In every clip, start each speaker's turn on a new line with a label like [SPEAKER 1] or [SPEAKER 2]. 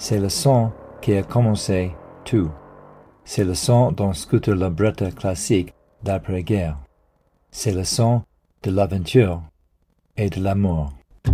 [SPEAKER 1] C'est le son qui a commencé tout. C'est le son d'un scooter Labretta classique d'après-guerre. C'est le son de l'aventure et de l'amour.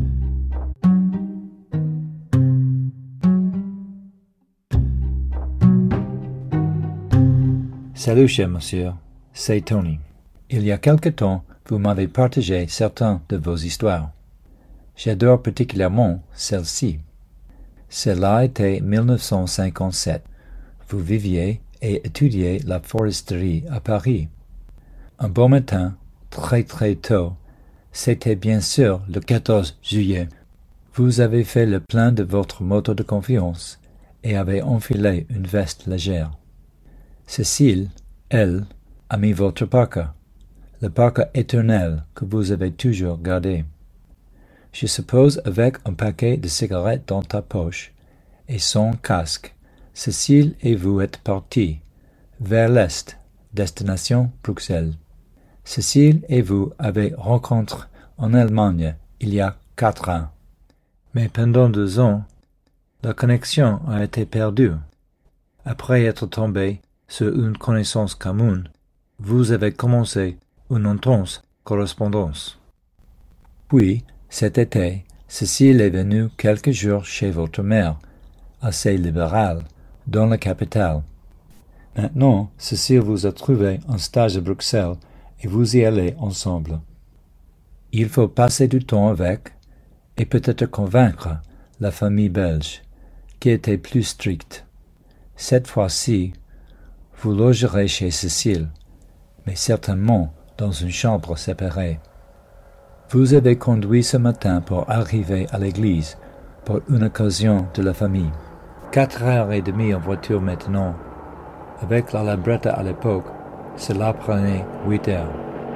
[SPEAKER 1] Salut, cher monsieur, c'est Tony. Il y a quelque temps, vous m'avez partagé certaines de vos histoires. J'adore particulièrement celle-ci. Cela était 1957. Vous viviez et étudiez la foresterie à Paris. Un beau matin, très tôt, c'était bien sûr le 14 juillet. Vous avez fait le plein de votre moto de confiance et avez enfilé une veste légère. Cécile, elle, a mis votre parka, le parka éternel que vous avez toujours gardé. Je suppose avec un paquet de cigarettes dans ta poche et son casque, Cécile et vous êtes partis vers l'est, destination Bruxelles. Cécile et vous avez rencontré en Allemagne il y a 4 ans. Mais pendant 2 ans, la connexion a été perdue. Après être tombé sur une connaissance commune, vous avez commencé une intense correspondance. Puis, cet été, Cécile est venue quelques jours chez votre mère, assez libérale, dans la capitale. Maintenant, Cécile vous a trouvé un stage à Bruxelles et vous y allez ensemble. Il faut passer du temps avec et peut-être convaincre la famille belge, qui était plus stricte. Cette fois-ci, vous logerez chez Cécile, mais certainement dans une chambre séparée. Vous avez conduit ce matin pour arriver à l'église pour une occasion de la famille. 4h30 en voiture maintenant. Avec la Labretta à l'époque, cela prenait 8 heures.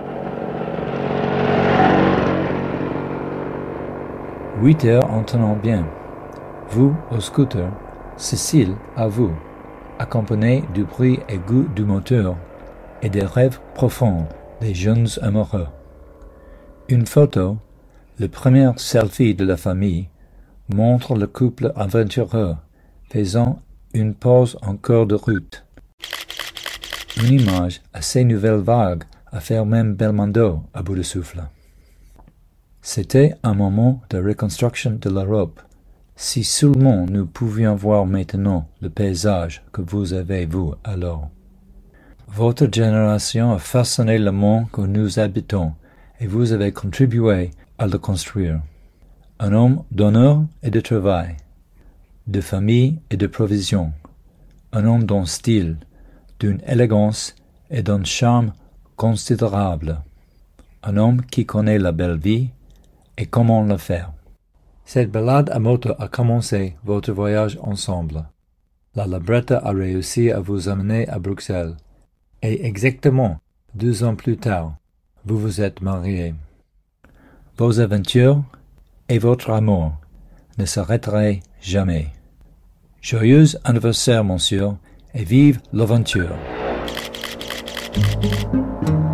[SPEAKER 1] 8 heures en tenant bien. Vous au scooter, Cécile à vous, accompagné du bruit aigu du moteur et des rêves profonds des jeunes amoureux. Une photo, le premier selfie de la famille, montre le couple aventureux faisant une pause en cours de route. Une image assez nouvelle vague à faire même Belmondo à bout de souffle. C'était un moment de reconstruction de l'Europe. Si seulement nous pouvions voir maintenant le paysage que vous avez vu alors. Votre génération a façonné le monde que nous habitons et vous avez contribué à le construire. Un homme d'honneur et de travail, de famille et de provision. Un homme d'un style, d'une élégance et d'un charme considérable. Un homme qui connaît la belle vie et comment le faire. Cette balade à moto a commencé votre voyage ensemble. La Labretta a réussi à vous amener à Bruxelles. Et exactement 2 ans plus tard, vous vous êtes mariés. Vos aventures et votre amour ne s'arrêteraient jamais. Joyeux anniversaire, monsieur, et vive l'aventure!